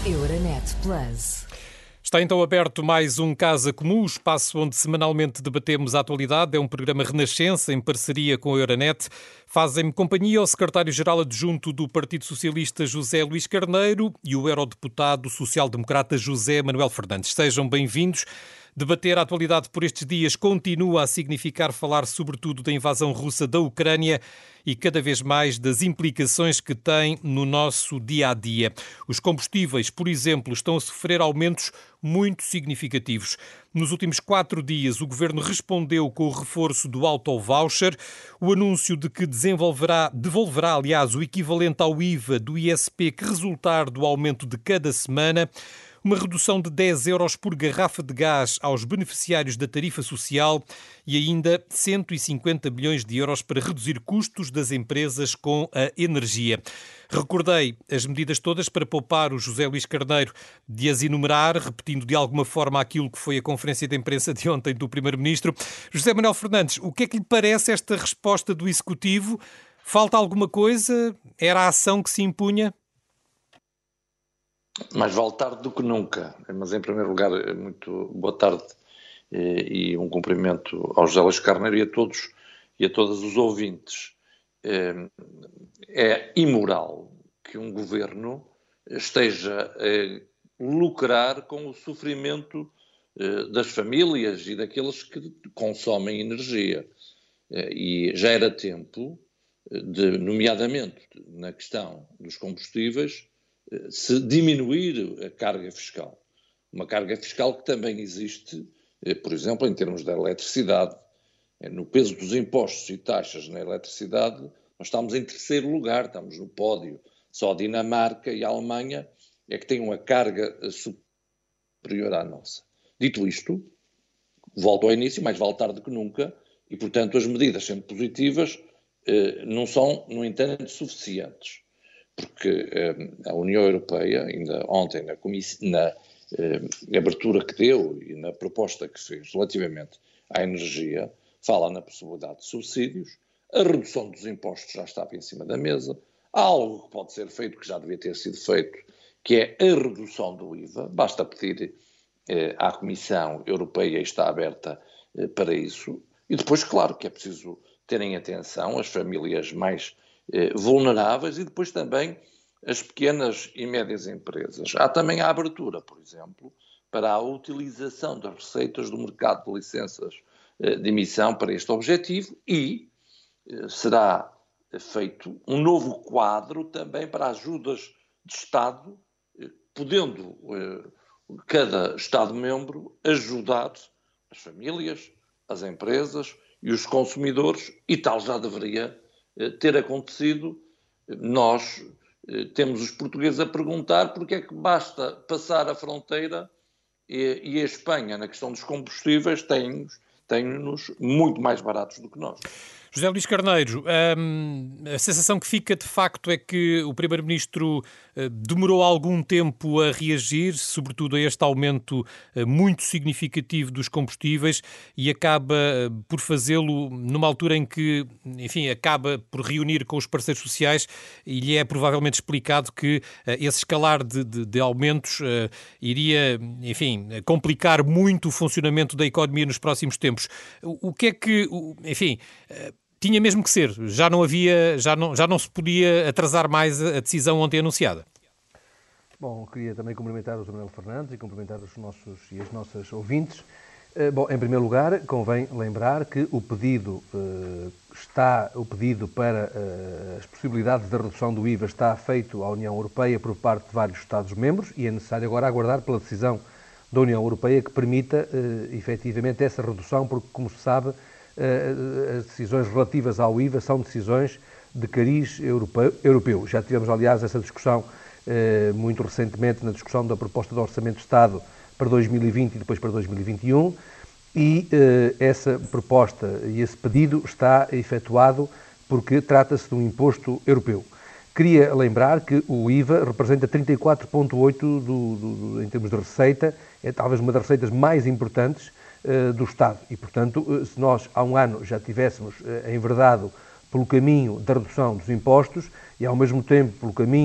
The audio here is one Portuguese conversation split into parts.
Euronet Plus. Está então aberto mais um Casa Comum, o espaço onde semanalmente debatemos a atualidade. É um programa Renascença, em parceria com a Euronet. Fazem-me companhia o secretário-geral adjunto do Partido Socialista, José Luís Carneiro, e o eurodeputado social-democrata José Manuel Fernandes. Sejam bem-vindos. Debater a atualidade por estes dias continua a significar falar sobretudo da invasão russa da Ucrânia e cada vez mais das implicações que tem no nosso dia-a-dia. Os combustíveis, por exemplo, estão a sofrer aumentos muito significativos. Nos últimos 4 dias, o Governo respondeu com o reforço do auto-voucher, o anúncio de que devolverá, aliás, o equivalente ao IVA do ISP que resultar do aumento de cada semana, uma redução de 10 euros por garrafa de gás aos beneficiários da tarifa social e ainda 150 milhões de euros para reduzir custos das empresas com a energia. Recordei as medidas todas para poupar o José Luís Carneiro de as enumerar, repetindo de alguma forma aquilo que foi a conferência de imprensa de ontem do Primeiro-Ministro. José Manuel Fernandes, o que é que lhe parece esta resposta do Executivo? Falta alguma coisa? Era a ação que se impunha? Mais vale tarde do que nunca, mas em primeiro lugar, muito boa tarde e um cumprimento ao José Luís Carneiro e a todos e a todas os ouvintes. É imoral que um governo esteja a lucrar com o sofrimento das famílias e daqueles que consomem energia. E já era tempo, nomeadamente na questão dos combustíveis, se diminuir a carga fiscal. Uma carga fiscal que também existe, por exemplo, em termos da eletricidade. No peso dos impostos e taxas na eletricidade, nós estamos em terceiro lugar, estamos no pódio. Só a Dinamarca e a Alemanha é que têm uma carga superior à nossa. Dito isto, volto ao início, mais vale tarde do que nunca, e, portanto, as medidas sendo positivas não são, no entanto, suficientes. Porque a União Europeia, ainda ontem, na abertura que deu e na proposta que fez relativamente à energia, fala na possibilidade de subsídios, a redução dos impostos já estava em cima da mesa, há algo que pode ser feito, que já devia ter sido feito, que é a redução do IVA, basta pedir à Comissão Europeia e está aberta para isso, e depois, claro, que é preciso terem atenção as famílias mais vulneráveis e depois também as pequenas e médias empresas. Há também a abertura, por exemplo, para a utilização das receitas do mercado de licenças de emissão para este objetivo e será feito um novo quadro também para ajudas de Estado, podendo cada Estado-membro ajudar as famílias, as empresas e os consumidores, e tal já deveria ter acontecido. Nós temos os portugueses a perguntar porque é que basta passar a fronteira e a Espanha, na questão dos combustíveis, tem-nos muito mais baratos do que nós. José Luís Carneiro, a sensação que fica de facto é que o Primeiro-Ministro demorou algum tempo a reagir, sobretudo a este aumento muito significativo dos combustíveis, e acaba por fazê-lo numa altura em que, enfim, acaba por reunir com os parceiros sociais e lhe é provavelmente explicado que esse escalar de aumentos iria, enfim, complicar muito o funcionamento da economia nos próximos tempos. O que é que, enfim, tinha mesmo que ser, já não se podia atrasar mais a decisão ontem anunciada? Bom, queria também cumprimentar o José Manuel Fernandes e cumprimentar os nossos e as nossas ouvintes. Bom, em primeiro lugar, convém lembrar que o pedido para as possibilidades da redução do IVA está feito à União Europeia por parte de vários Estados-membros e é necessário agora aguardar pela decisão da União Europeia que permita, efetivamente, essa redução, porque, como se sabe, as decisões relativas ao IVA são decisões de cariz europeu. Já tivemos, aliás, essa discussão muito recentemente na discussão da proposta do Orçamento de Estado para 2020 e depois para 2021 e essa proposta e esse pedido está efetuado porque trata-se de um imposto europeu. Queria lembrar que o IVA representa 34,8% em termos de receita, é talvez uma das receitas mais importantes do Estado. E, portanto, se nós há um ano já tivéssemos enverdado pelo caminho da redução dos impostos e, ao mesmo tempo, pelo caminho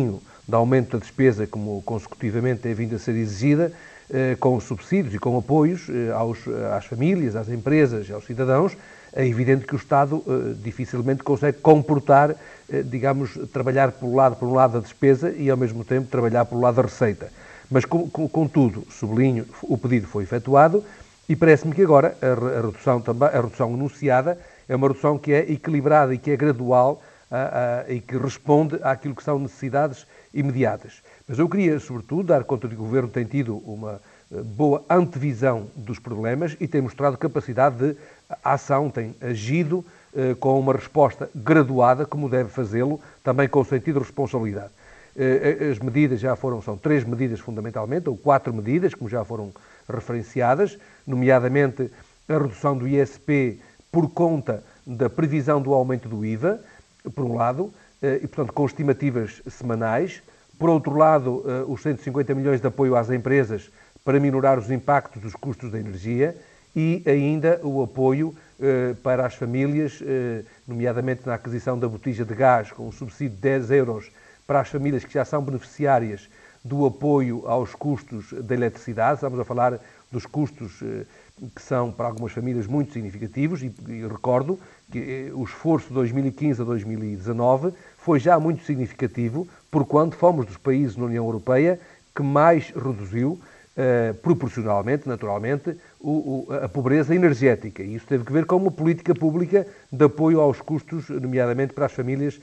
de aumento da despesa, como consecutivamente tem vindo a ser exigida, com subsídios e com apoios às famílias, às empresas, aos cidadãos, é evidente que o Estado dificilmente consegue comportar, trabalhar por um lado da despesa e ao mesmo tempo trabalhar pelo lado da receita. Mas, contudo, sublinho, o pedido foi efetuado e parece-me que agora a redução anunciada é uma redução que é equilibrada e que é gradual e que responde àquilo que são necessidades imediatas. Mas eu queria, sobretudo, dar conta de que o Governo tem tido uma boa antevisão dos problemas e tem mostrado capacidade de ação, tem agido com uma resposta graduada, como deve fazê-lo, também com o sentido de responsabilidade. As medidas são 3 medidas fundamentalmente, ou 4 medidas, como já foram referenciadas, nomeadamente a redução do ISP por conta da previsão do aumento do IVA, por um lado, e portanto com estimativas semanais. Por outro lado, os 150 milhões de apoio às empresas para minorar os impactos dos custos da energia e ainda o apoio para as famílias, nomeadamente na aquisição da botija de gás, com um subsídio de 10 euros para as famílias que já são beneficiárias do apoio aos custos da eletricidade. Estamos a falar dos custos que são para algumas famílias muito significativos e recordo que o esforço de 2015 a 2019 foi já muito significativo, porquanto fomos dos países na União Europeia que mais reduziu, proporcionalmente, naturalmente, a pobreza energética. E isso teve que ver com uma política pública de apoio aos custos, nomeadamente para as famílias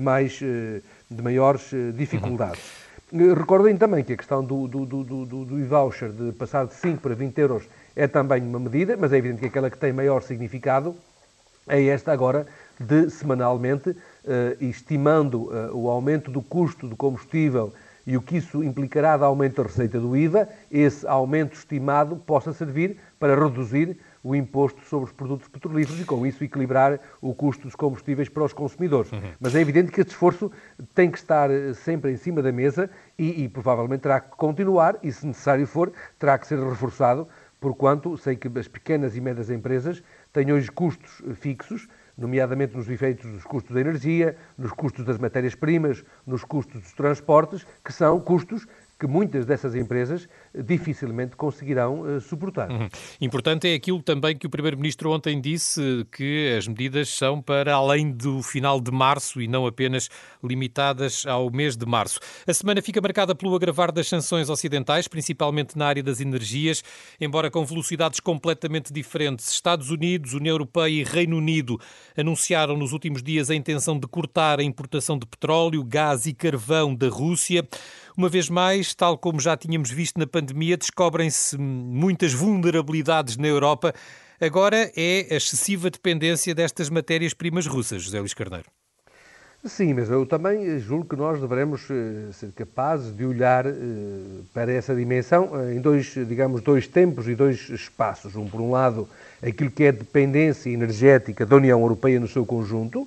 de maiores dificuldades. Recordem também que a questão do e-voucher de passar de 5 para 20 euros é também uma medida, mas é evidente que aquela que tem maior significado é esta agora de, semanalmente, estimando o aumento do custo do combustível e o que isso implicará de aumento da receita do IVA, esse aumento estimado possa servir para reduzir o imposto sobre os produtos petrolíferos e, com isso, equilibrar o custo dos combustíveis para os consumidores. Mas é evidente que este esforço tem que estar sempre em cima da mesa e provavelmente terá que continuar e, se necessário for, terá que ser reforçado, porquanto sei que as pequenas e médias empresas têm hoje custos fixos, nomeadamente nos efeitos dos custos da energia, nos custos das matérias-primas, nos custos dos transportes, que são custos que muitas dessas empresas dificilmente conseguirão suportar. Importante é aquilo também que o Primeiro-Ministro ontem disse, que as medidas são para além do final de março e não apenas limitadas ao mês de março. A semana fica marcada pelo agravar das sanções ocidentais, principalmente na área das energias, embora com velocidades completamente diferentes. Estados Unidos, União Europeia e Reino Unido anunciaram nos últimos dias a intenção de cortar a importação de petróleo, gás e carvão da Rússia. Uma vez mais, tal como já tínhamos visto na pandemia, descobrem-se muitas vulnerabilidades na Europa. Agora é a excessiva dependência destas matérias-primas russas, José Luís Carneiro. Sim, mas eu também julgo que nós devemos ser capazes de olhar para essa dimensão em dois tempos e 2 espaços. Por um lado, aquilo que é a dependência energética da União Europeia no seu conjunto,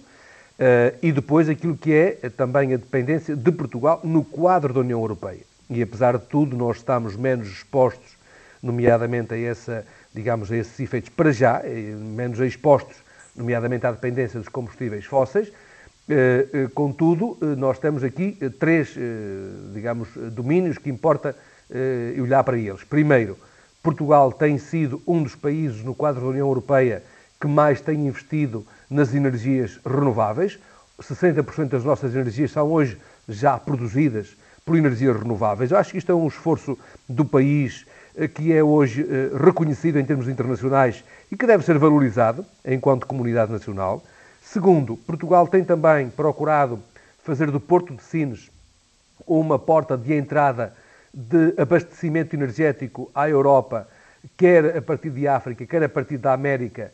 e depois aquilo que é também a dependência de Portugal no quadro da União Europeia. E apesar de tudo, nós estamos menos expostos, nomeadamente a esses efeitos para já, menos expostos, nomeadamente à dependência dos combustíveis fósseis. Contudo, nós temos aqui 3, domínios que importa olhar para eles. Primeiro, Portugal tem sido um dos países no quadro da União Europeia que mais tem investido nas energias renováveis. 60% das nossas energias são hoje já produzidas por energias renováveis. Eu acho que isto é um esforço do país que é hoje reconhecido em termos internacionais e que deve ser valorizado enquanto comunidade nacional. Segundo, Portugal tem também procurado fazer do Porto de Sines uma porta de entrada de abastecimento energético à Europa, quer a partir de África, quer a partir da América,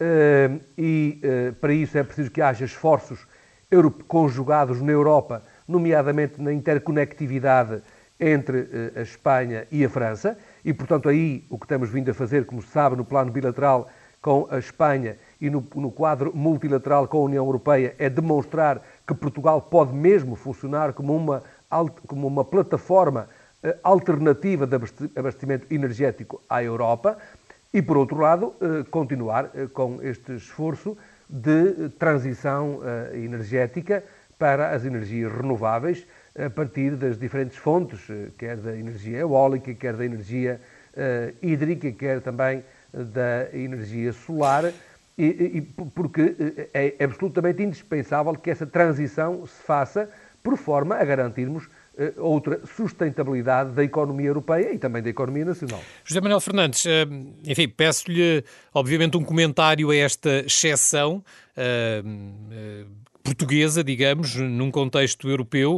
e para isso é preciso que haja esforços conjugados na Europa, nomeadamente na interconectividade entre a Espanha e a França, e portanto aí o que temos vindo a fazer, como se sabe, no plano bilateral com a Espanha e no quadro multilateral com a União Europeia, é demonstrar que Portugal pode mesmo funcionar como uma plataforma alternativa de abastecimento energético à Europa. E, por outro lado, continuar com este esforço de transição energética para as energias renováveis, a partir das diferentes fontes, quer da energia eólica, quer da energia hídrica, quer também da energia solar, porque é absolutamente indispensável que essa transição se faça por forma a garantirmos outra sustentabilidade da economia europeia e também da economia nacional. José Manuel Fernandes, enfim, peço-lhe obviamente um comentário a esta exceção portuguesa, digamos, num contexto europeu,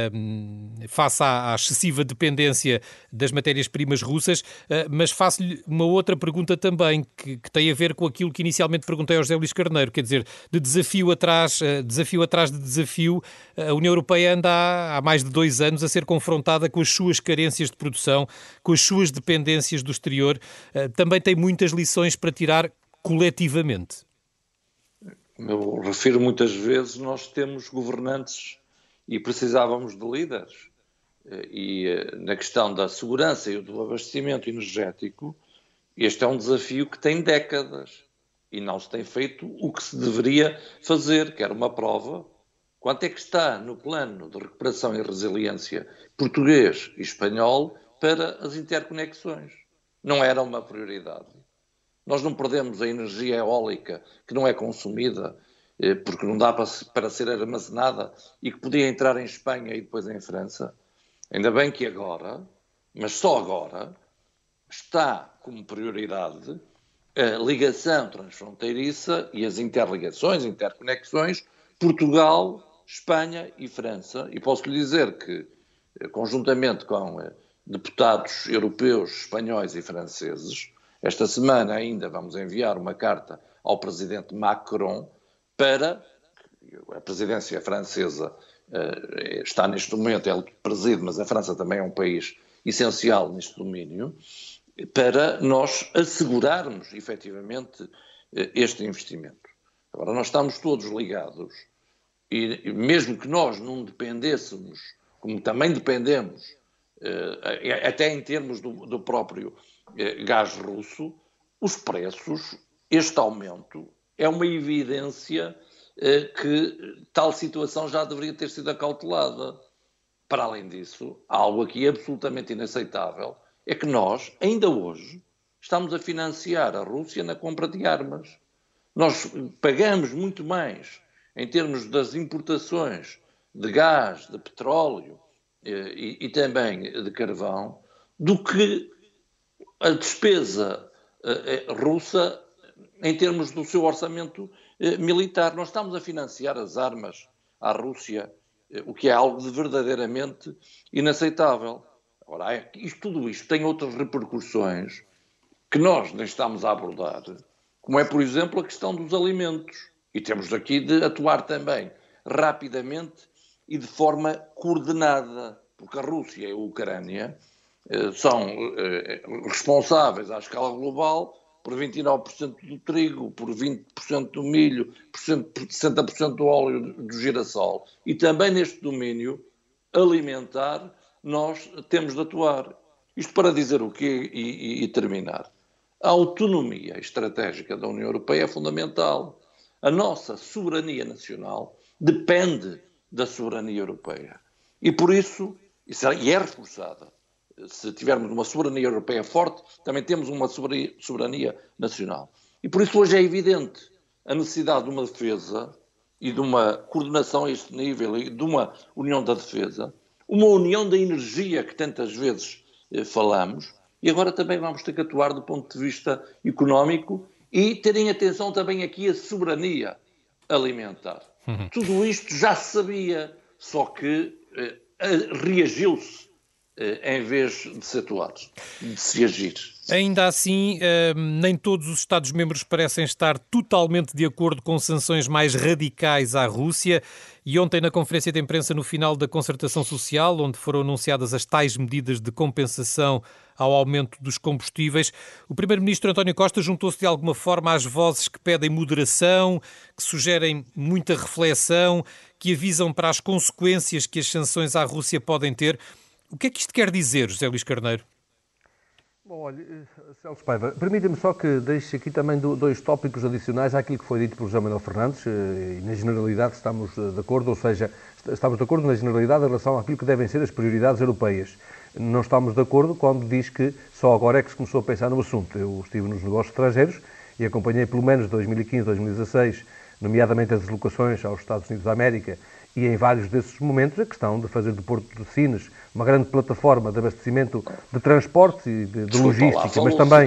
face à excessiva dependência das matérias-primas russas, mas faço-lhe uma outra pergunta também, que tem a ver com aquilo que inicialmente perguntei ao José Luís Carneiro, quer dizer, de desafio atrás de desafio, a União Europeia anda há mais de 2 anos a ser confrontada com as suas carências de produção, com as suas dependências do exterior, também tem muitas lições para tirar coletivamente. Eu refiro muitas vezes, nós temos governantes e precisávamos de líderes. E na questão da segurança e do abastecimento energético, este é um desafio que tem décadas e não se tem feito o que se deveria fazer, que era uma prova. Quanto é que está no plano de recuperação e resiliência português e espanhol para as interconexões? Não era uma prioridade. Nós não perdemos a energia eólica que não é consumida, porque não dá para ser armazenada e que podia entrar em Espanha e depois em França. Ainda bem que agora, mas só agora, está como prioridade a ligação transfronteiriça e as interligações, interconexões, Portugal, Espanha e França. E posso lhe dizer que, conjuntamente com deputados europeus, espanhóis e franceses, esta semana ainda vamos enviar uma carta ao presidente Macron para, a presidência francesa está neste momento, ele preside, mas a França também é um país essencial neste domínio, para nós assegurarmos efetivamente este investimento. Agora, nós estamos todos ligados e mesmo que nós não dependêssemos, como também dependemos, até em termos do próprio gás russo, os preços, este aumento, é uma evidência que tal situação já deveria ter sido acautelada. Para além disso, algo aqui absolutamente inaceitável é que nós, ainda hoje, estamos a financiar a Rússia na compra de armas. Nós pagamos muito mais em termos das importações de gás, de petróleo e também de carvão, do que a despesa russa em termos do seu orçamento militar. Nós estamos a financiar as armas à Rússia, o que é algo de verdadeiramente inaceitável. Ora, tudo isto tem outras repercussões que nós nem estamos a abordar, como é, por exemplo, a questão dos alimentos. E temos aqui de atuar também rapidamente e de forma coordenada, porque a Rússia e a Ucrânia são responsáveis à escala global por 29% do trigo, por 20% do milho, por 60% do óleo do girassol. E também neste domínio alimentar nós temos de atuar. Isto para dizer o quê e terminar. A autonomia estratégica da União Europeia é fundamental. A nossa soberania nacional depende da soberania europeia. E por isso, e é reforçada. Se tivermos uma soberania europeia forte, também temos uma soberania nacional. E por isso hoje é evidente a necessidade de uma defesa e de uma coordenação a este nível e de uma união da defesa, uma união da energia que tantas vezes falamos, e agora também vamos ter que atuar do ponto de vista económico e terem atenção também aqui a soberania alimentar. Tudo isto já se sabia, só que reagiu-se em vez de se atuar, de se agir. Ainda assim, nem todos os Estados-membros parecem estar totalmente de acordo com sanções mais radicais à Rússia. E ontem, na conferência de imprensa no final da concertação social, onde foram anunciadas as tais medidas de compensação ao aumento dos combustíveis, o primeiro-ministro António Costa juntou-se de alguma forma às vozes que pedem moderação, que sugerem muita reflexão, que avisam para as consequências que as sanções à Rússia podem ter. O que é que isto quer dizer, José Luís Carneiro? Bom, olha, Celso Paiva, permita-me só que deixe aqui também dois tópicos adicionais àquilo que foi dito pelo José Manuel Fernandes, e na generalidade estamos de acordo, ou seja, estamos de acordo na generalidade em relação àquilo que devem ser as prioridades europeias. Não estamos de acordo quando diz que só agora é que se começou a pensar no assunto. Eu estive nos negócios estrangeiros e acompanhei pelo menos 2015, 2016, nomeadamente as deslocações aos Estados Unidos da América, e em vários desses momentos a questão de fazer do Porto de Sines uma grande plataforma de abastecimento de transportes e de logística,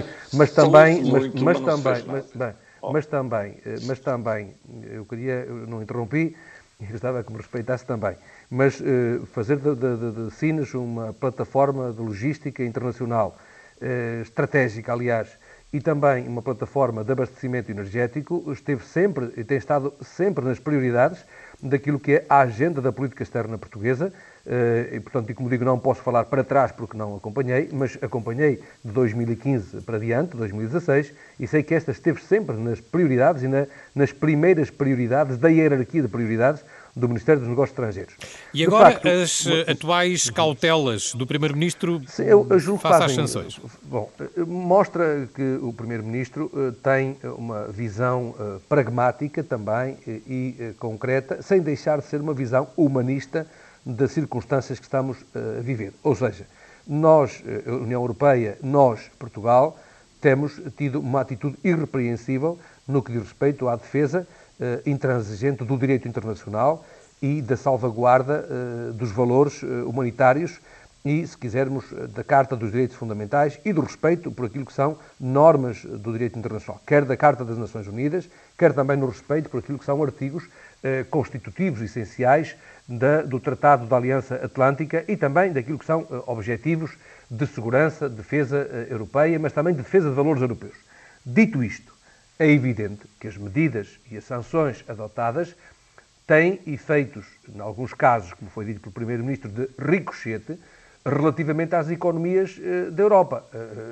mas também, eu não interrompi, eu gostava que me respeitasse também, mas fazer de Sines uma plataforma de logística internacional, estratégica, aliás, e também uma plataforma de abastecimento energético, esteve sempre e tem estado sempre nas prioridades daquilo que é a agenda da política externa portuguesa. E, portanto, e como digo, não posso falar para trás porque não acompanhei, mas acompanhei de 2015 para diante, 2016, e sei que esta esteve sempre nas prioridades e nas primeiras prioridades da hierarquia de prioridades do Ministério dos Negócios Estrangeiros. E agora as atuais cautelas do Primeiro-Ministro face às sanções? Bom, mostra que o Primeiro-Ministro tem uma visão pragmática também e concreta, sem deixar de ser uma visão humanista das circunstâncias que estamos a viver. Ou seja, nós, União Europeia, nós, Portugal, temos tido uma atitude irrepreensível no que diz respeito à defesa intransigente do direito internacional e da salvaguarda dos valores humanitários e, se quisermos, da Carta dos Direitos Fundamentais e do respeito por aquilo que são normas do direito internacional, quer da Carta das Nações Unidas, quer também no respeito por aquilo que são artigos constitutivos essenciais do Tratado da Aliança Atlântica e também daquilo que são objetivos de segurança, defesa europeia, mas também de defesa de valores europeus. Dito isto, é evidente que as medidas e as sanções adotadas têm efeitos, em alguns casos, como foi dito pelo Primeiro-Ministro, de ricochete relativamente às economias da Europa.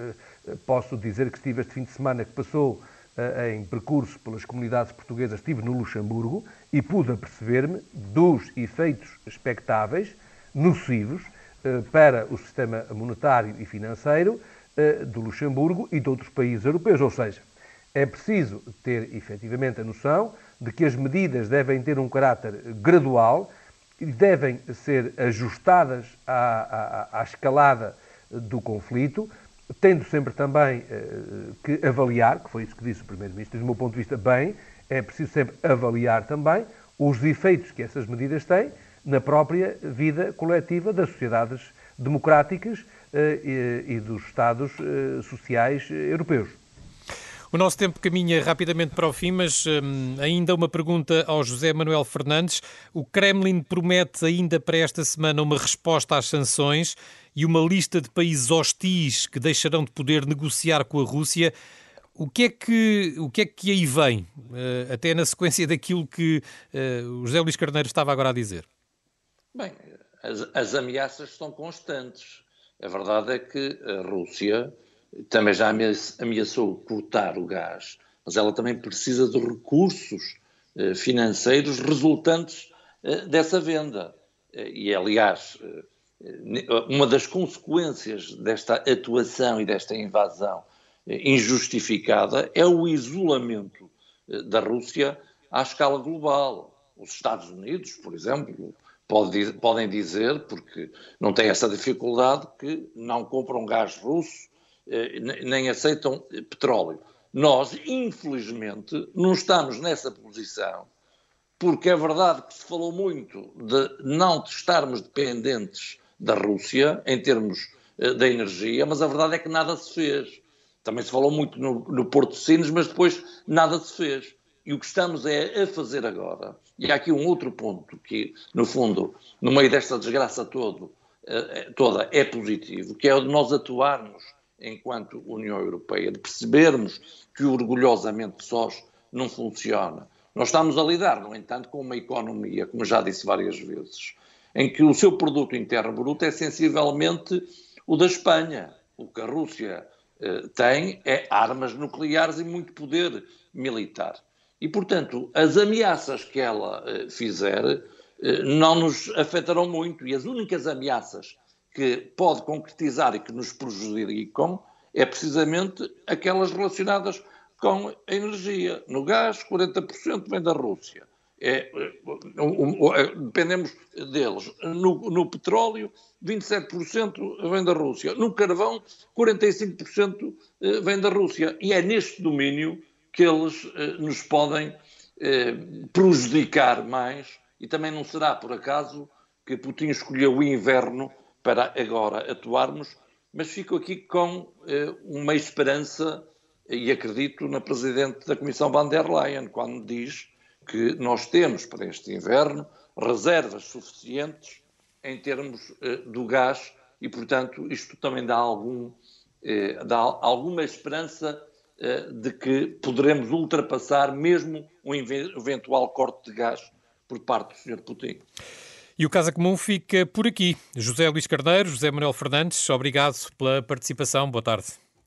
Posso dizer que estive este fim de semana que passou em percurso pelas comunidades portuguesas, estive no Luxemburgo e pude aperceber-me dos efeitos expectáveis, nocivos, para o sistema monetário e financeiro do Luxemburgo e de outros países europeus. Ou seja, é preciso ter efetivamente a noção de que as medidas devem ter um caráter gradual e devem ser ajustadas à escalada do conflito, tendo sempre também que avaliar, que foi isso que disse o Primeiro-Ministro, do meu ponto de vista, bem, é preciso sempre avaliar também os efeitos que essas medidas têm na própria vida coletiva das sociedades democráticas e dos Estados sociais europeus. O nosso tempo caminha rapidamente para o fim, mas ainda uma pergunta ao José Manuel Fernandes. O Kremlin promete ainda para esta semana uma resposta às sanções e uma lista de países hostis que deixarão de poder negociar com a Rússia. O que é que aí vem? Até na sequência daquilo que o José Luís Carneiro estava agora a dizer. Bem, as ameaças são constantes. A verdade é que a Rússia também já ameaçou cortar o gás, mas ela também precisa de recursos financeiros resultantes dessa venda. E, aliás, uma das consequências desta atuação e desta invasão injustificada é o isolamento da Rússia à escala global. Os Estados Unidos, por exemplo, podem dizer, porque não têm essa dificuldade, que não compram gás russo, nem aceitam petróleo. Nós, infelizmente, não estamos nessa posição, porque é verdade que se falou muito de não estarmos dependentes da Rússia em termos da energia, mas a verdade é que nada se fez. Também se falou muito no Porto de Sines, mas depois nada se fez. E o que estamos a fazer agora, e há aqui um outro ponto que, no fundo, no meio desta desgraça toda é positivo, que é o de nós atuarmos enquanto União Europeia, de percebermos que orgulhosamente sós não funciona. Nós estamos a lidar, no entanto, com uma economia, como já disse várias vezes, em que o seu produto interno bruto é sensivelmente o da Espanha. O que a Rússia tem é armas nucleares e muito poder militar. E, portanto, as ameaças que ela fizer não nos afetarão muito. E as únicas ameaças que pode concretizar e que nos prejudicam é precisamente aquelas relacionadas com a energia. No gás, 40% vem da Rússia. Dependemos deles. No petróleo, 27% vem da Rússia. No carvão, 45% vem da Rússia. E é neste domínio que eles nos podem prejudicar mais, e também não será por acaso que Putin escolheu o inverno para agora atuarmos, mas fico aqui com uma esperança, e acredito na Presidente da Comissão von der Leyen, quando diz que nós temos para este inverno reservas suficientes em termos do gás e, portanto, isto também dá alguma esperança de que poderemos ultrapassar mesmo um eventual corte de gás por parte do Sr. Putin. E o Casa Comum fica por aqui. José Luís Carneiro, José Manuel Fernandes, obrigado pela participação. Boa tarde.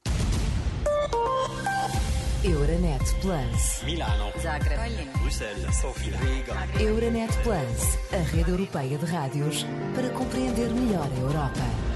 Euronet Plus. Milano. Zagreb. Bruxelas. Sofia. Riga. Euronet Plus, a rede europeia de rádios para compreender melhor a Europa.